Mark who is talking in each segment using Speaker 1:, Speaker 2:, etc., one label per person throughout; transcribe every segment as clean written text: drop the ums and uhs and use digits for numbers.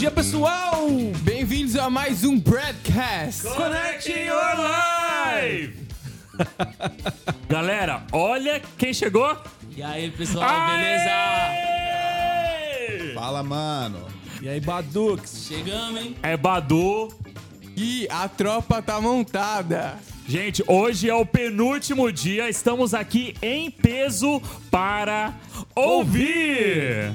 Speaker 1: dia, pessoal! Bem-vindos a mais um Bradcast.
Speaker 2: Connect Your Life! Galera, olha quem chegou.
Speaker 3: E aí, pessoal, beleza?
Speaker 4: Fala, mano.
Speaker 1: E aí, Badux?
Speaker 3: Chegamos, hein?
Speaker 2: É Badu.
Speaker 1: E a tropa tá montada.
Speaker 2: Gente, hoje é o penúltimo dia. Estamos aqui em peso para ouvir.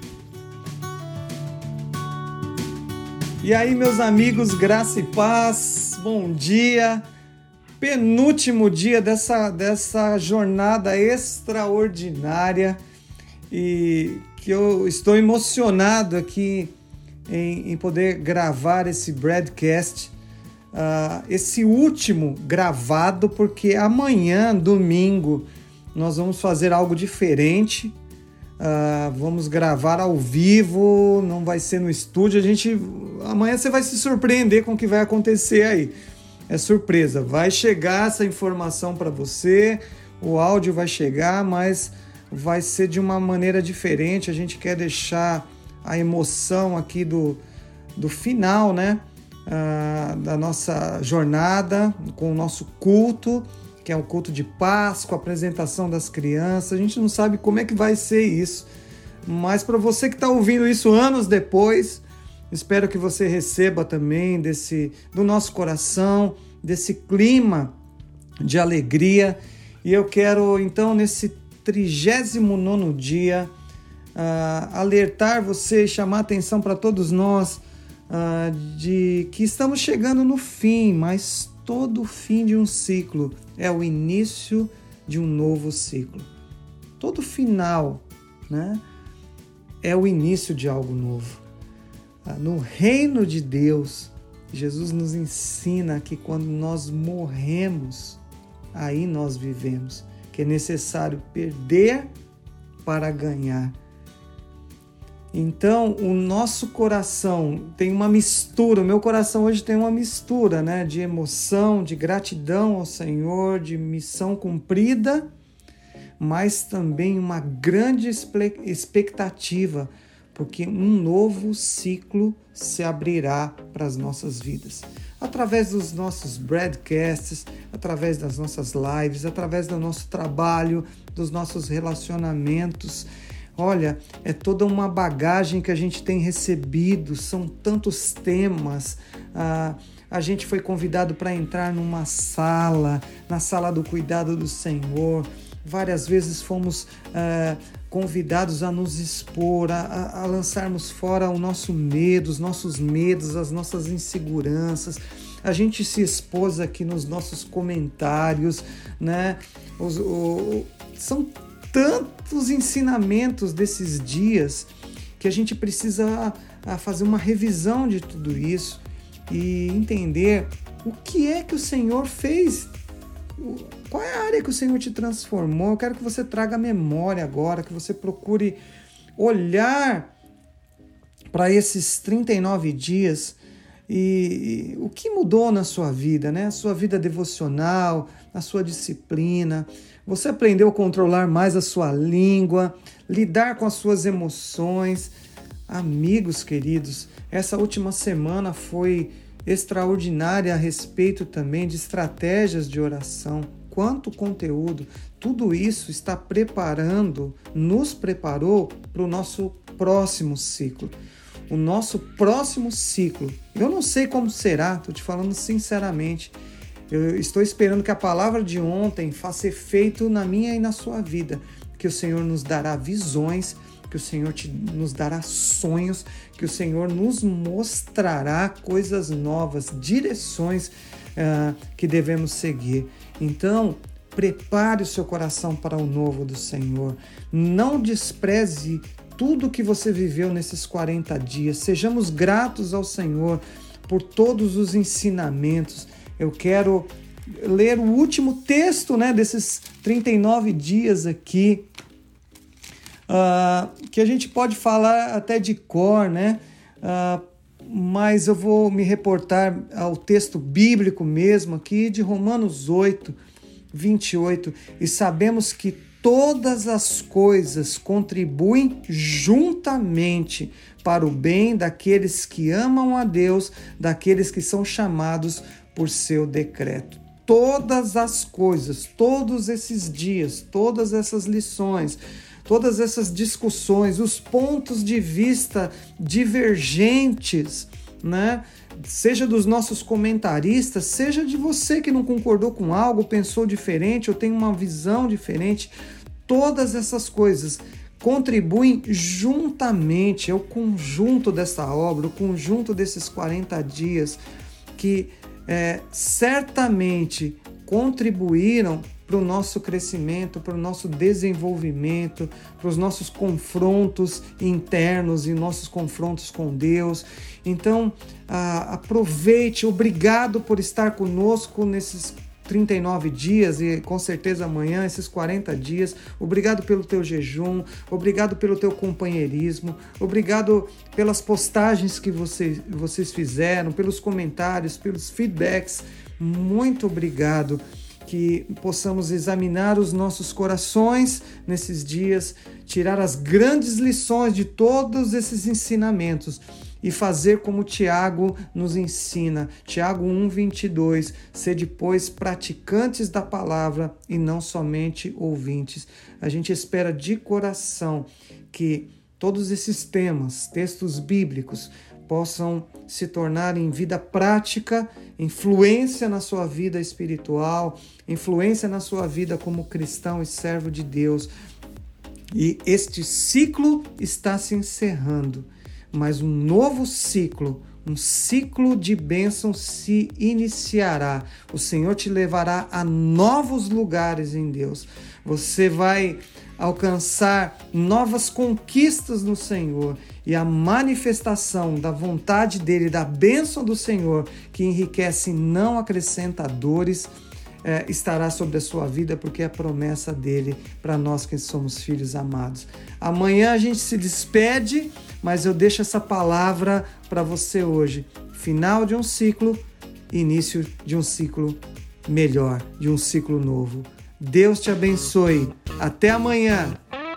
Speaker 5: E aí, meus amigos, graça e paz, bom dia. Penúltimo dia dessa jornada extraordinária e que eu estou emocionado aqui em poder gravar esse Bradcast, esse último gravado, porque amanhã, domingo, nós vamos fazer algo diferente. Vamos gravar ao vivo, não vai ser no estúdio. Amanhã você vai se surpreender com o que vai acontecer aí. É surpresa, vai chegar essa informação para você, o áudio vai chegar, mas vai ser de uma maneira diferente. A gente quer deixar a emoção aqui do final, né? Da nossa jornada com o nosso culto, que é um culto de Páscoa, a apresentação das crianças. A gente não sabe como é que vai ser isso, mas para você que está ouvindo isso anos depois, espero que você receba também do nosso coração, desse clima de alegria. E eu quero, então, nesse 39º dia, alertar você, chamar a atenção para todos nós, de que estamos chegando no fim, mas todo fim de um ciclo é o início de um novo ciclo. Todo final, né, é o início de algo novo. No reino de Deus, Jesus nos ensina que quando nós morremos, aí nós vivemos, que é necessário perder para ganhar. Então, o nosso coração tem uma mistura, o meu coração hoje tem uma mistura, né, de emoção, de gratidão ao Senhor, de missão cumprida, mas também uma grande expectativa, porque um novo ciclo se abrirá para as nossas vidas. Através dos nossos broadcasts, através das nossas lives, através do nosso trabalho, dos nossos relacionamentos. Olha, é toda uma bagagem que a gente tem recebido, são tantos temas. A gente foi convidado para entrar numa sala, na sala do cuidado do Senhor. Várias vezes fomos convidados a nos expor, a lançarmos fora o nosso medo, os nossos medos, as nossas inseguranças. A gente se expôs aqui nos nossos comentários, né? São tantos ensinamentos desses dias que a gente precisa fazer uma revisão de tudo isso e entender o que é que o Senhor fez. Qual é a área que o Senhor te transformou? Eu quero que você traga a memória agora, que você procure olhar para esses 39 dias e o que mudou na sua vida, né? A sua vida devocional, a sua disciplina. Você aprendeu a controlar mais a sua língua, lidar com as suas emoções. Amigos queridos, essa última semana foi extraordinária a respeito também de estratégias de oração. Quanto conteúdo! Tudo isso está nos preparou para o nosso próximo ciclo. O nosso próximo ciclo, eu não sei como será, estou te falando sinceramente. Eu estou esperando que a palavra de ontem faça efeito na minha e na sua vida, que o Senhor nos dará visões, que o Senhor nos dará sonhos, que o Senhor nos mostrará coisas novas, direções que devemos seguir. Então, prepare o seu coração para o novo do Senhor. Não despreze tudo que você viveu nesses 40 dias. Sejamos gratos ao Senhor por todos os ensinamentos. Eu quero ler o último texto, né, desses 39 dias aqui, que a gente pode falar até de cor, né? Mas eu vou me reportar ao texto bíblico mesmo aqui de Romanos 8, 28. E sabemos que todas as coisas contribuem juntamente para o bem daqueles que amam a Deus, daqueles que são chamados por seu decreto. Todas as coisas, todos esses dias, todas essas lições, todas essas discussões, os pontos de vista divergentes, né? Seja dos nossos comentaristas, seja de você que não concordou com algo, pensou diferente ou tem uma visão diferente, todas essas coisas contribuem juntamente, é o conjunto dessa obra, o conjunto desses 40 dias que certamente contribuíram para o nosso crescimento, para o nosso desenvolvimento, para os nossos confrontos internos e nossos confrontos com Deus. Então, aproveite, obrigado por estar conosco nesses 39 dias e com certeza amanhã, esses 40 dias. Obrigado pelo teu jejum, obrigado pelo teu companheirismo, obrigado pelas postagens que vocês fizeram, pelos comentários, pelos feedbacks. Muito obrigado. Que possamos examinar os nossos corações nesses dias, tirar as grandes lições de todos esses ensinamentos e fazer como Tiago nos ensina. Tiago 1:22, sede, pois, praticantes da palavra e não somente ouvintes. A gente espera de coração que todos esses temas, textos bíblicos, possam se tornar em vida prática, influência na sua vida espiritual, influência na sua vida como cristão e servo de Deus. E este ciclo está se encerrando, mas um novo ciclo, um ciclo de bênção se iniciará. O Senhor te levará a novos lugares em Deus. Você vai alcançar novas conquistas no Senhor e a manifestação da vontade dele, da bênção do Senhor, que enriquece e não acrescenta dores, estará sobre a sua vida, porque é a promessa dele para nós que somos filhos amados. Amanhã a gente se despede, mas eu deixo essa palavra para você hoje. Final de um ciclo, início de um ciclo melhor, de um ciclo novo. Deus te abençoe. Até amanhã.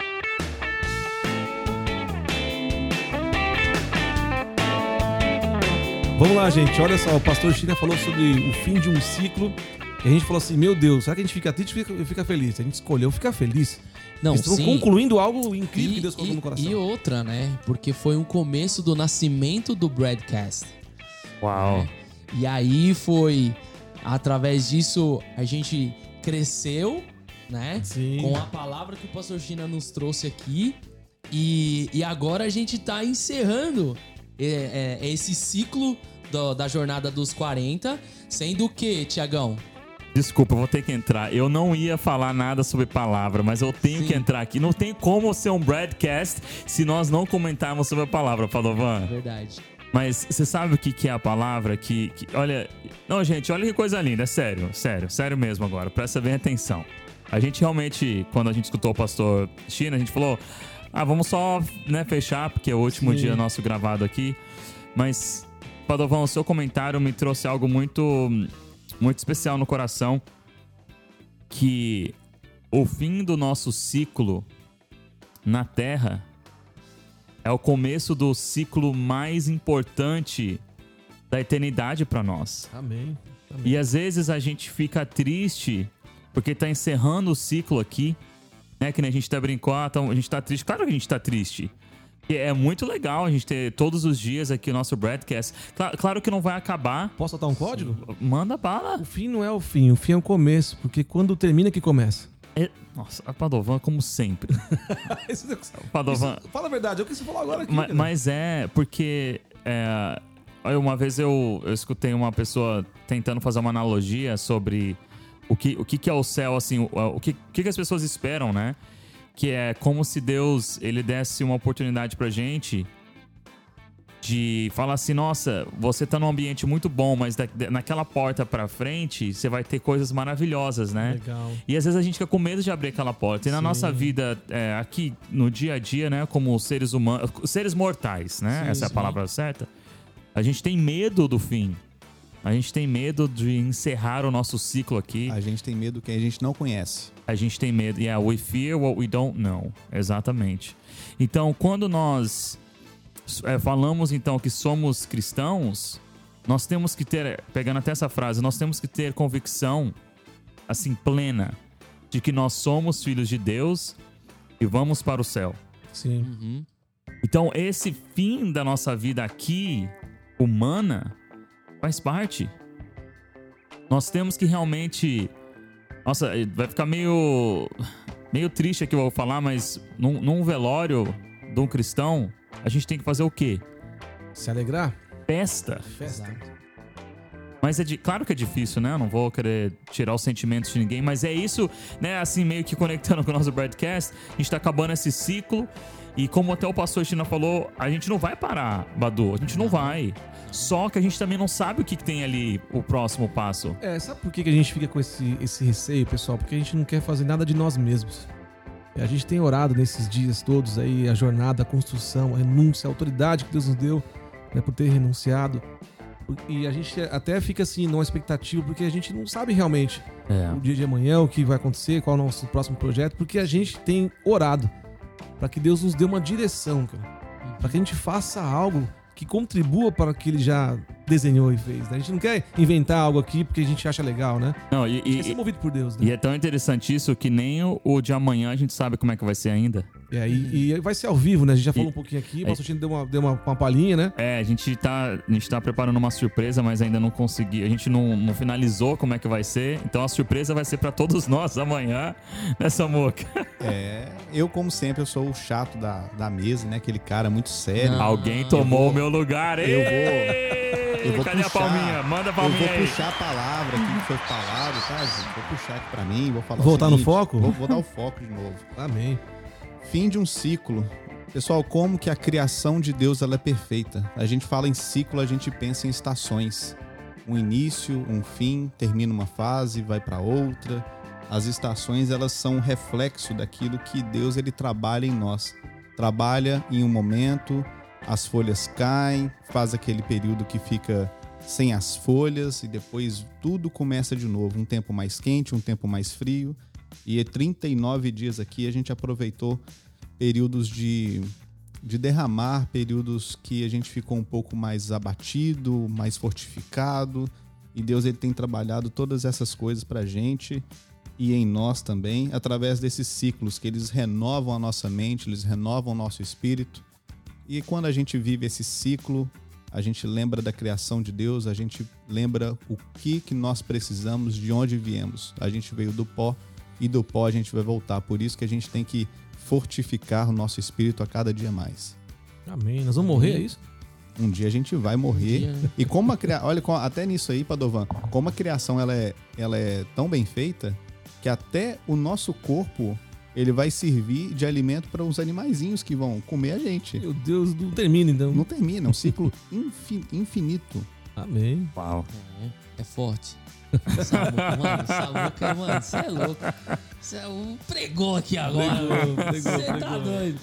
Speaker 4: Vamos lá, gente. Olha só, o pastor China falou sobre o fim de um ciclo. E a gente falou assim, meu Deus, será que a gente fica triste ou fica feliz? A gente escolheu ficar feliz.
Speaker 3: Não,
Speaker 4: estamos concluindo algo incrível que Deus colocou no coração.
Speaker 3: E outra, né? Porque foi um começo do nascimento do Broadcast.
Speaker 2: Uau.
Speaker 3: E aí foi, através disso, a gente cresceu, né?
Speaker 4: Sim.
Speaker 3: Com a palavra que o pastor China nos trouxe aqui. E agora a gente tá encerrando esse ciclo da jornada dos 40. Sendo o quê, Tiagão?
Speaker 2: Desculpa, eu vou ter que entrar. Eu não ia falar nada sobre palavra, mas eu tenho que entrar aqui. Não tem como ser um broadcast se nós não comentarmos sobre a palavra, Padovan.
Speaker 3: Verdade.
Speaker 2: Mas você sabe o que é a palavra? Olha... Não, gente, olha que coisa linda. É sério mesmo agora. Presta bem atenção. A gente realmente, quando a gente escutou o pastor China, a gente falou... vamos só, né, fechar, porque é o último dia nosso gravado aqui. Mas, Padovão, o seu comentário me trouxe algo muito especial no coração. Que o fim do nosso ciclo na Terra é o começo do ciclo mais importante da eternidade para nós.
Speaker 4: Amém.
Speaker 2: E às vezes a gente fica triste porque tá encerrando o ciclo aqui, né? Que nem a gente até brincou, a gente tá triste. Claro que a gente tá triste. E é muito legal a gente ter todos os dias aqui o nosso broadcast. Claro que não vai acabar.
Speaker 4: Posso soltar um código?
Speaker 2: Manda bala.
Speaker 4: O fim não é o fim é o começo, porque quando termina que começa.
Speaker 2: Nossa, a Padovan, como sempre. Padovan.
Speaker 4: Fala a verdade, é o que você falou agora aqui.
Speaker 2: Mas porque uma vez eu escutei uma pessoa tentando fazer uma analogia sobre o que é o céu, assim, o que as pessoas esperam, né? Que é como se Deus ele desse uma oportunidade pra gente de falar assim, nossa, você tá num ambiente muito bom, mas naquela porta pra frente você vai ter coisas maravilhosas, né?
Speaker 4: Legal.
Speaker 2: E às vezes a gente fica com medo de abrir aquela porta. E na nossa vida, aqui no dia a dia, né, como seres humanos, seres mortais, né? Essa é a palavra certa. A gente tem medo do fim. A gente tem medo de encerrar o nosso ciclo aqui.
Speaker 6: A gente tem medo do que a gente não conhece.
Speaker 2: A gente tem medo. Yeah, we fear what we don't know. Exatamente. Então, quando nós falamos então que somos cristãos, nós temos que ter, pegando até essa frase, nós temos que ter convicção, assim, plena, de que nós somos filhos de Deus e vamos para o céu.
Speaker 4: Sim.
Speaker 2: Então, esse fim da nossa vida aqui, humana, faz parte. Nós temos que realmente... Nossa, vai ficar meio triste aqui eu vou falar, mas num velório de um cristão, a gente tem que fazer o quê?
Speaker 4: Se alegrar?
Speaker 2: Festa.
Speaker 4: Festa.
Speaker 2: Mas claro que é difícil, né? Eu não vou querer tirar os sentimentos de ninguém, mas é isso, né? Assim, meio que conectando com o nosso broadcast, a gente tá acabando esse ciclo. E como até o pastor China falou, a gente não vai parar, Badu. A gente não vai. Só que a gente também não sabe o que tem ali, o próximo passo.
Speaker 4: Sabe por que a gente fica com esse receio, pessoal? Porque a gente não quer fazer nada de nós mesmos. A gente tem orado nesses dias todos aí, a jornada, a construção, a renúncia, a autoridade que Deus nos deu, né, por ter renunciado. E a gente até fica assim, numa expectativa, porque a gente não sabe realmente o dia de amanhã, o que vai acontecer, qual é o nosso próximo projeto, porque a gente tem orado para que Deus nos dê uma direção, cara. Para que a gente faça algo que contribua para o que Ele já desenhou e fez, né? A gente não quer inventar algo aqui porque a gente acha legal, né?
Speaker 2: Não,
Speaker 4: a gente quer ser movido por Deus, né?
Speaker 2: E é tão interessante isso que nem o de amanhã a gente sabe como é que vai ser ainda.
Speaker 4: E vai ser ao vivo, né? A gente já falou um pouquinho aqui, o pastor Chino deu uma palhinha, né?
Speaker 2: A gente tá preparando uma surpresa, mas ainda não consegui. A gente não finalizou como é que vai ser. Então a surpresa vai ser pra todos nós amanhã, né, Samuca?
Speaker 6: Eu, como sempre, eu sou o chato da mesa, né? Aquele cara muito sério.
Speaker 2: Alguém tomou o meu lugar, hein?
Speaker 6: Eu vou
Speaker 2: Cadê
Speaker 6: puxar,
Speaker 2: a palminha? Manda a palminha aí.
Speaker 6: Eu vou puxar a palavra aqui que foi falado, tá, gente? Vou puxar aqui pra mim, vou falar
Speaker 4: Voltar
Speaker 6: o seguinte,
Speaker 4: no foco?
Speaker 6: Vou dar o foco de novo.
Speaker 4: Amém.
Speaker 6: Fim de um ciclo. Pessoal, como que a criação de Deus ela é perfeita? A gente fala em ciclo, a gente pensa em estações. Um início, um fim, termina uma fase, vai para outra. As estações, elas são um reflexo daquilo que Deus ele trabalha em nós. Trabalha em um momento, as folhas caem, faz aquele período que fica sem as folhas e depois tudo começa de novo. Um tempo mais quente, um tempo mais frio. E 39 dias aqui a gente aproveitou períodos de derramar, períodos que a gente ficou um pouco mais abatido, mais fortificado. E Deus ele tem trabalhado todas essas coisas pra gente e em nós também, através desses ciclos que eles renovam a nossa mente, eles renovam o nosso espírito. E quando a gente vive esse ciclo, a gente lembra da criação de Deus, a gente lembra o que nós precisamos, de onde viemos. A gente veio do pó e do pó a gente vai voltar. Por isso que a gente tem que fortificar o nosso espírito a cada dia mais.
Speaker 4: Amém. Nós vamos morrer, é isso?
Speaker 6: Um dia a gente vai morrer. E como olha, até nisso aí, Padovan, como a criação ela é tão bem feita que até o nosso corpo ele vai servir de alimento para os animaizinhos que vão comer a gente.
Speaker 4: Meu Deus, não termina então.
Speaker 6: Não termina, é um ciclo infinito.
Speaker 4: Amém.
Speaker 2: Uau.
Speaker 3: É forte. Samuca, mano, você é louco. Você pregou aqui agora. Você tá doido.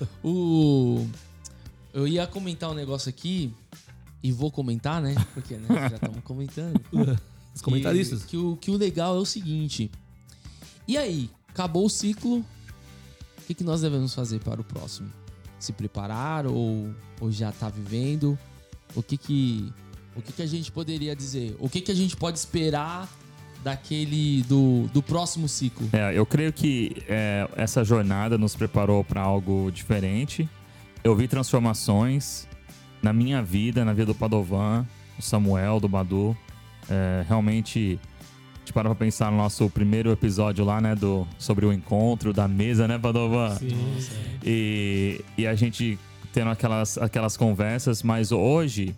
Speaker 3: Eu ia comentar um negócio aqui e vou comentar, né? Porque né, já estamos comentando.
Speaker 4: Os comentaristas.
Speaker 3: Que o legal é o seguinte. E aí, acabou o ciclo, o que nós devemos fazer para o próximo? Se preparar ou já tá vivendo? O que a gente poderia dizer? O que a gente pode esperar do próximo ciclo?
Speaker 2: Eu creio que essa jornada nos preparou para algo diferente. Eu vi transformações na minha vida, na vida do Padovan, do Samuel, do Badu. Realmente, a gente para pra pensar no nosso primeiro episódio lá, né, sobre o encontro da mesa, né, Padovan?
Speaker 4: Sim.
Speaker 2: E a gente tendo aquelas conversas, mas hoje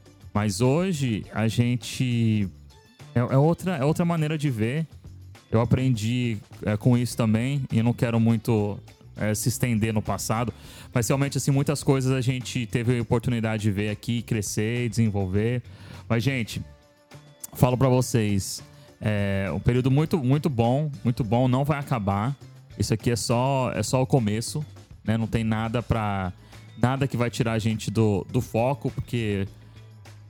Speaker 2: a gente... É outra maneira de ver. Eu aprendi com isso também, e eu não quero muito se estender no passado, mas realmente, assim, muitas coisas a gente teve a oportunidade de ver aqui, crescer e desenvolver. Mas, gente, falo pra vocês, um período muito, muito bom, não vai acabar. Isso aqui é só o começo, né? Não tem nada que vai tirar a gente do foco, porque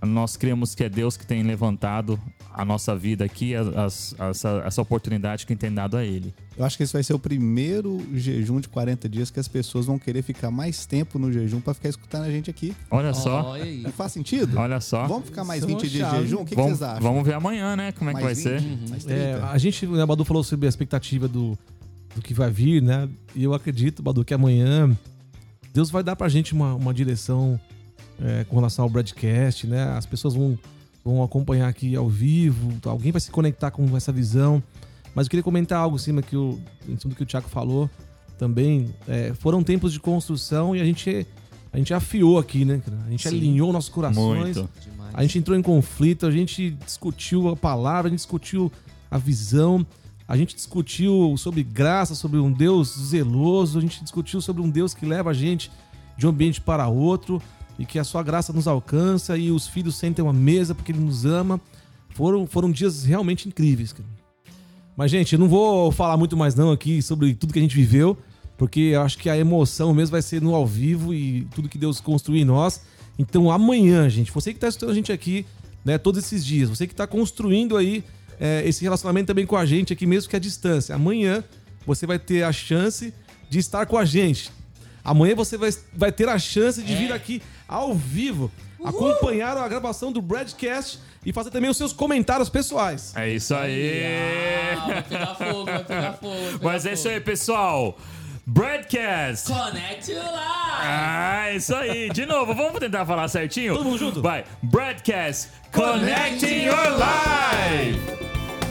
Speaker 2: nós cremos que é Deus que tem levantado a nossa vida aqui, essa oportunidade que tem dado a Ele.
Speaker 6: Eu acho que esse vai ser o primeiro jejum de 40 dias que as pessoas vão querer ficar mais tempo no jejum pra ficar escutando a gente aqui.
Speaker 2: Olha só.
Speaker 3: Olha aí.
Speaker 6: Não faz sentido?
Speaker 2: Olha só.
Speaker 6: Vamos ficar mais
Speaker 4: Isso é
Speaker 6: 20 dias
Speaker 4: chave.
Speaker 6: de jejum? O que
Speaker 2: Vamos,
Speaker 6: vocês acham?
Speaker 2: vamos ver amanhã, né? Como é que vai
Speaker 6: Mais
Speaker 2: ser.
Speaker 6: 20? Mais 30?
Speaker 4: A gente, né, o Badu falou sobre a expectativa do que vai vir, né? E eu acredito, Badu, que amanhã Deus vai dar pra gente uma direção com relação ao broadcast, né? As pessoas vão acompanhar aqui ao vivo, alguém vai se conectar com essa visão. Mas eu queria comentar algo em cima do que o Thiago falou também. Foram tempos de construção e a gente afiou aqui, né? A gente alinhou nossos corações.
Speaker 2: Muito.
Speaker 3: Demais.
Speaker 4: A gente entrou em conflito, a gente discutiu a palavra, a gente discutiu a visão, a gente discutiu sobre graça, sobre um Deus zeloso, a gente discutiu sobre um Deus que leva a gente de um ambiente para outro e que a sua graça nos alcança e os filhos sentem uma mesa porque Ele nos ama. Foram dias realmente incríveis, cara. Mas, gente, eu não vou falar muito mais não aqui sobre tudo que a gente viveu, porque eu acho que a emoção mesmo vai ser no ao vivo e tudo que Deus construiu em nós. Então, amanhã, gente, você que está escutando a gente aqui, né, todos esses dias, você que está construindo aí esse relacionamento também com a gente aqui, mesmo que à distância. Amanhã você vai ter a chance de estar com a gente. Amanhã você vai ter a chance de vir aqui ao vivo, acompanhar a gravação do broadcast e fazer também os seus comentários pessoais.
Speaker 2: É isso aí.
Speaker 3: Vai pegar fogo, vai pegar fogo.
Speaker 2: Mas é isso aí, pessoal. Broadcast.
Speaker 3: Connect Live.
Speaker 2: Ah, isso aí. De novo, vamos tentar falar certinho?
Speaker 4: Todo mundo junto?
Speaker 2: Vai. Broadcast Connecting Your Life.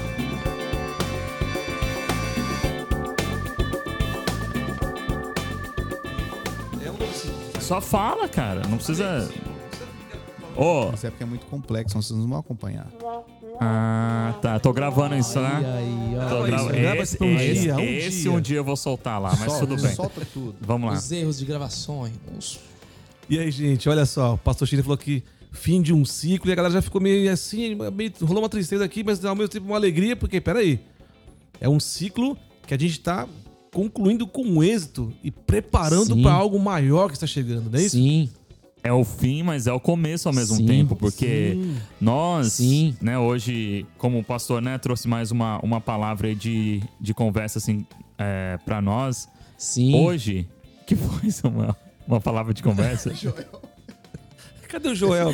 Speaker 2: Só fala, cara. Não precisa...
Speaker 6: Isso é porque é muito complexo, vocês não vão acompanhar.
Speaker 2: Ah, tá. Tô gravando isso,
Speaker 3: Aí,
Speaker 2: né?
Speaker 3: aí, ó.
Speaker 2: Tô
Speaker 4: Isso,
Speaker 2: gravando.
Speaker 4: grava isso pra um dia,
Speaker 2: Esse um dia eu vou soltar lá, mas tudo bem.
Speaker 6: Solta tudo.
Speaker 2: Vamos lá.
Speaker 3: Os erros de gravações.
Speaker 4: E aí, gente, olha só, o pastor Chile falou que fim de um ciclo e a galera já ficou meio assim, rolou uma tristeza aqui, mas ao mesmo tempo uma alegria, porque, peraí, é um ciclo que a gente tá concluindo com êxito e preparando
Speaker 3: Sim.
Speaker 4: para algo maior que está chegando, não é isso?
Speaker 3: Sim.
Speaker 2: É o fim, mas é o começo ao mesmo
Speaker 3: Sim,
Speaker 2: tempo, porque nós,
Speaker 3: Sim.
Speaker 2: né, hoje, como o pastor, né, trouxe mais uma palavra aí de conversa, assim, pra nós.
Speaker 3: Sim.
Speaker 2: Hoje, que foi, Samuel? Uma palavra de conversa?
Speaker 4: Cadê o Joel?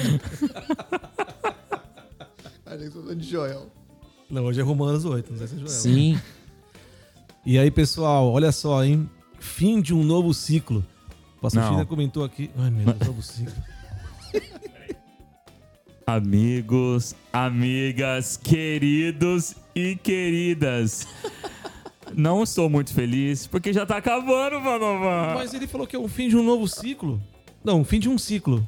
Speaker 6: A gente tá falando de Joel.
Speaker 4: Não, hoje é Romanos 8, não sei se é Joel.
Speaker 3: Sim.
Speaker 4: E aí, pessoal, olha só, hein? Fim de um novo ciclo. O pastor
Speaker 2: Não.
Speaker 4: Chile comentou aqui. Ai, meu Deus, novo ciclo.
Speaker 2: Amigos, amigas, queridos e queridas. Não estou muito feliz, porque já tá acabando, Vanovan.
Speaker 4: Mas ele falou que é o fim de um novo ciclo. Não, o fim de um ciclo.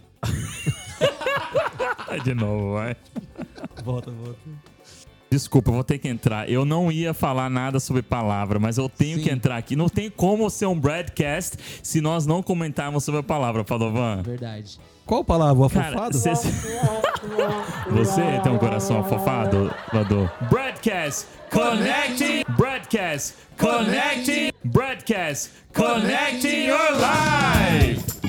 Speaker 2: De novo, vai.
Speaker 4: Volta.
Speaker 2: Desculpa, eu vou ter que entrar. Eu não ia falar nada sobre palavra, mas eu tenho
Speaker 3: Sim.
Speaker 2: que entrar aqui. Não tem como ser um broadcast se nós não comentarmos sobre a palavra, Padovan.
Speaker 3: Verdade.
Speaker 4: Qual palavra? O
Speaker 2: Cara,
Speaker 4: afofado?
Speaker 2: você tem um coração afofado, Vadu? Broadcast Connecting. Broadcast Connecting. Broadcast Connecting Your Life.